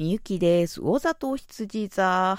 みゆきです。魚座と羊座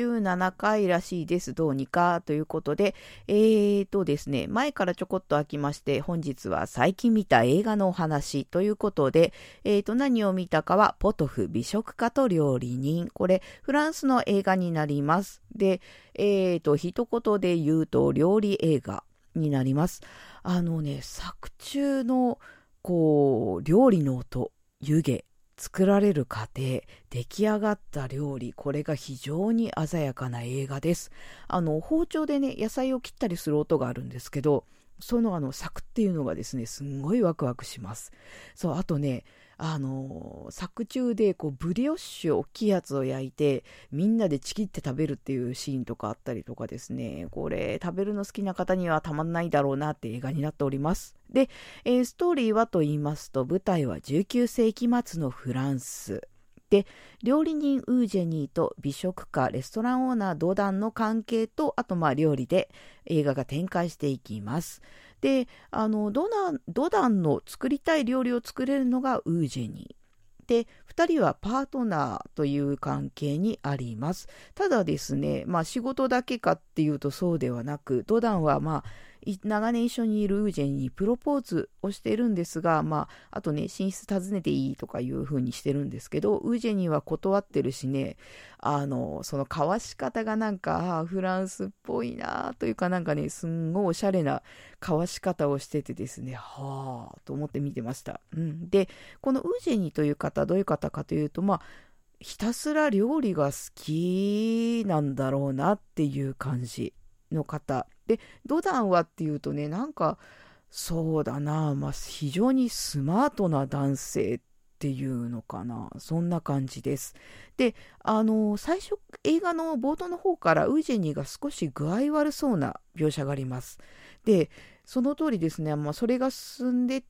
87回らしいです。どうにかということで、ですね、前からちょこっと空きまして、本日は最近見た映画のお話ということで、何を見たかは、ポトフ美食家と料理人。これ、フランスの映画になります。で、一言で言うと、料理映画になります。作中の、料理の音、湯気、作られる過程、出来上がった料理、これが非常に鮮やかな映画です。包丁でね、野菜を切ったりする音があるんですけど、そのサクっていうのがですね、すんごいワクワクします。そう、あとね、作中でブリオッシュ大きいやつを焼いてみんなでちぎって食べるっていうシーンとかあったりとかですね、これ食べるの好きな方にはたまんないだろうなって映画になっております。で、ストーリーはと言いますと、舞台は19世紀末のフランスで、料理人ウージェニーと美食家レストランオーナードダンの関係と、あと料理で映画が展開していきます。で、ドダンの作りたい料理を作れるのがウージェニーで、2人はパートナーという関係にあります。ただですね、仕事だけかっていうとそうではなく、ドダンは長年一緒にいるウージェにプロポーズをしているんですが、あとね、寝室訪ねていいとかいう風にしてるんですけど、ウージェには断ってるしね、その交わし方がフランスっぽいなというか、すんごいおしゃれな交わし方をしててですね、はぁと思って見てました。で、このウージェニという方、どういう方かというと、ひたすら料理が好きなんだろうなっていう感じの方で、ドダンはっていうとね、そうだな、非常にスマートな男性っていうのかな、そんな感じです。で、最初映画の冒頭の方からウージェニーが少し具合悪そうな描写があります。で、その通りですね、それが進んでって、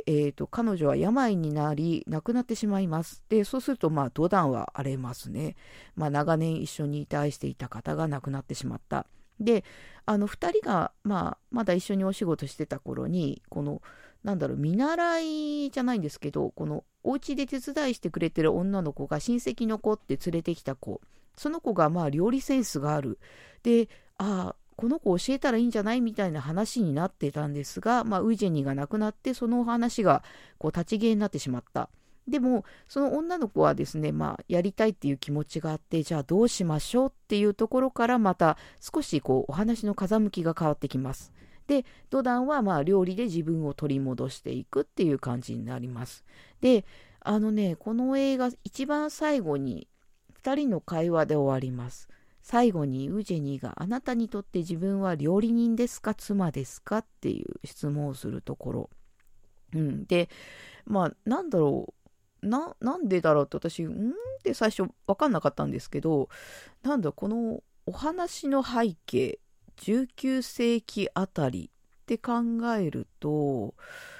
彼女は病になり亡くなってしまいます。で、そうするとドダンは荒れますね。長年一緒にいて愛していた方が亡くなってしまった。で、2人が、まだ一緒にお仕事してた頃に、見習いじゃないんですけど、お家で手伝いしてくれてる女の子が親戚の子って連れてきた子、その子が料理センスがある。で、この子教えたらいいんじゃないみたいな話になってたんですが、ウージェニーが亡くなって、その話が立ち消えになってしまった。でもその女の子はですね、やりたいっていう気持ちがあって、じゃあどうしましょうっていうところからまた少しお話の風向きが変わってきます。で、ドダンは料理で自分を取り戻していくっていう感じになります。で、この映画一番最後に2人の会話で終わります。最後にウージェニーが、あなたにとって自分は料理人ですか妻ですかっていう質問をするところ。で、なんだろう、なんでだろうって私、って最初分かんなかったんですけど、このお話の背景、19世紀あたりって考えると、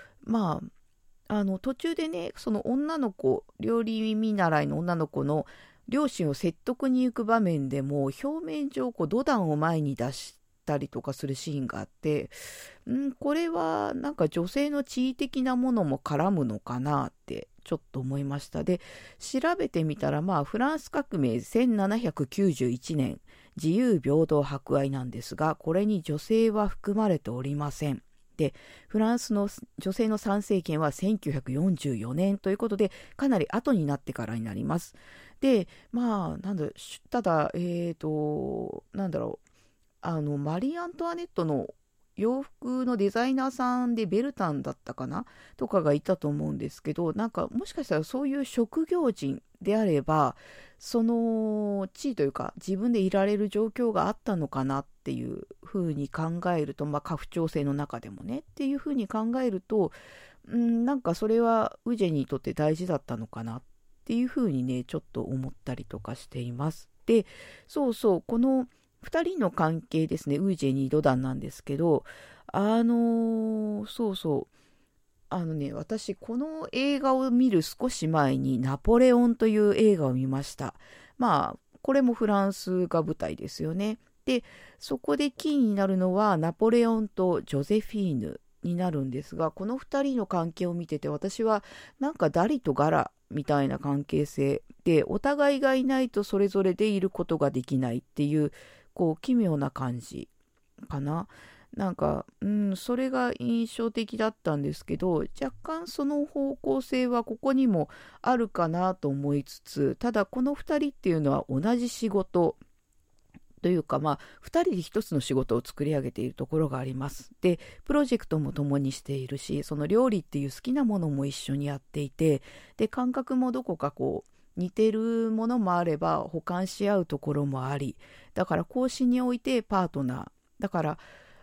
途中でね、その女の子、料理見習いの女の子の両親を説得に行く場面でも、表面上ドダンを前に出したりとかするシーンがあって、これは女性の地位的なものも絡むのかなってちょっと思いました。で、調べてみたらフランス革命1791年自由平等博愛なんですが、これに女性は含まれておりません。で、フランスの女性の参政権は1944年ということで、かなり後になってからになります。で、ただ、マリー・アントワネットの洋服のデザイナーさんでベルタンだったかなとかがいたと思うんですけど、もしかしたらそういう職業人であれば、その地位というか自分でいられる状況があったのかなっていうふうに考えると、家父長制の中でもねっていうふうに考えると、それはウジェにとって大事だったのかなっていうふうにね、ちょっと思ったりとかしています。で、そうそう、この2人の関係ですね、ウージェニー・ドダンなんですけど、私、この映画を見る少し前に、ナポレオンという映画を見ました。これもフランスが舞台ですよね。で、そこでキーになるのは、ナポレオンとジョゼフィーヌになるんですが、この2人の関係を見てて、私はダリとガラみたいな関係性で、お互いがいないとそれぞれでいることができないっていう、こう奇妙な感じかな。なんか、それが印象的だったんですけど、若干その方向性はここにもあるかなと思いつつ、ただこの2人っていうのは同じ仕事というか、2人で1つの仕事を作り上げているところがあります。で、プロジェクトも共にしているし、その料理っていう好きなものも一緒にやっていて、で、感覚もどこかこう、似てるものもあれば補完し合うところもあり、だから講師においてパートナー、だから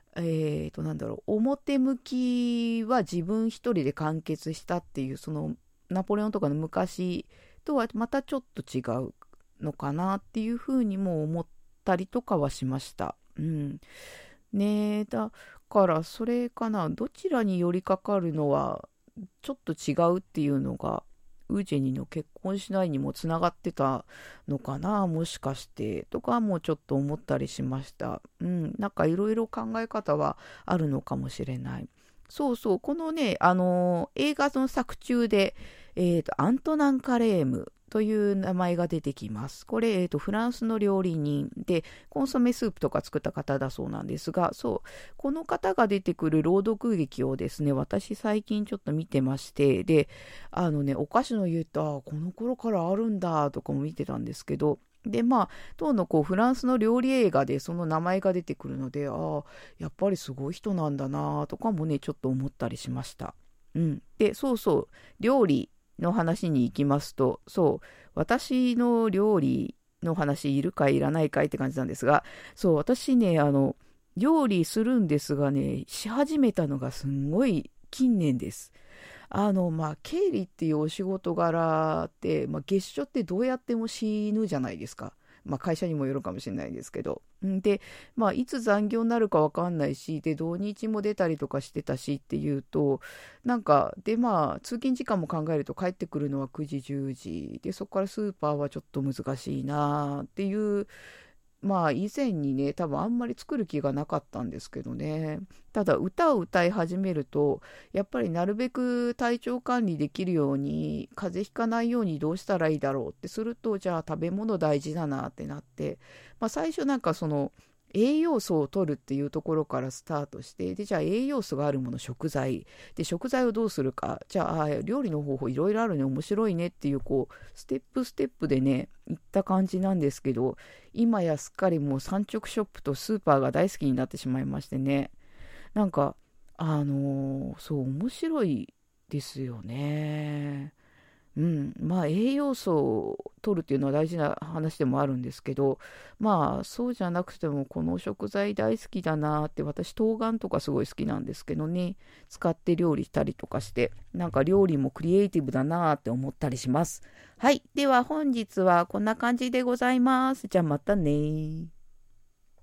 表向きは自分一人で完結したっていう、そのナポレオンとかの昔とはまたちょっと違うのかなっていうふうにも思ったりとかはしました。ねえ、だからそれかな、どちらに寄りかかるのはちょっと違うっていうのが、ウージェニの結婚しないにもつながってたのかな、もしかしてとかもちょっと思ったりしました。なんかいろいろ考え方はあるのかもしれない。そうそう、このね、映画の作中で、アントナン・カレームという名前が出てきます。これ、フランスの料理人で、コンソメスープとか作った方だそうなんですが、そう、この方が出てくる朗読劇をですね、私最近ちょっと見てまして、で、お菓子の家って、この頃からあるんだとかも見てたんですけど、で、当のこうフランスの料理映画でその名前が出てくるので、やっぱりすごい人なんだなとかもね、ちょっと思ったりしました。で、そうそう、料理の話に行きますと、そう、私の料理の話いるかいらないかいって感じなんですが、そう、私ね、料理するんですがね、し始めたのがすんごい近年です。経理っていうお仕事柄って、月初ってどうやっても死ぬじゃないですか。会社にもよるかもしれないですけど。で、いつ残業になるかわかんないし、で、土日も出たりとかしてたしっていうと、なんか、で、通勤時間も考えると帰ってくるのは9時、10時。で、そこからスーパーはちょっと難しいなっていう、以前にね、多分あんまり作る気がなかったんですけどね。ただ歌を歌い始めると、やっぱりなるべく体調管理できるように、風邪ひかないようにどうしたらいいだろうってすると、じゃあ食べ物大事だなってなって、最初なんかその栄養素を取るっていうところからスタートして、で、じゃあ栄養素があるもの、食材。で、食材をどうするか。じゃあ、料理の方法いろいろあるね、面白いねっていう、こう、ステップステップでね、いった感じなんですけど、今やすっかりもう産直ショップとスーパーが大好きになってしまいましてね。なんか、そう、面白いですよね。栄養素を取るっていうのは大事な話でもあるんですけど、そうじゃなくてもこの食材大好きだなって、私冬瓜とかすごい好きなんですけどね、使って料理したりとかして、なんか料理もクリエイティブだなって思ったりします。はい。では本日はこんな感じでございます。じゃあまたね。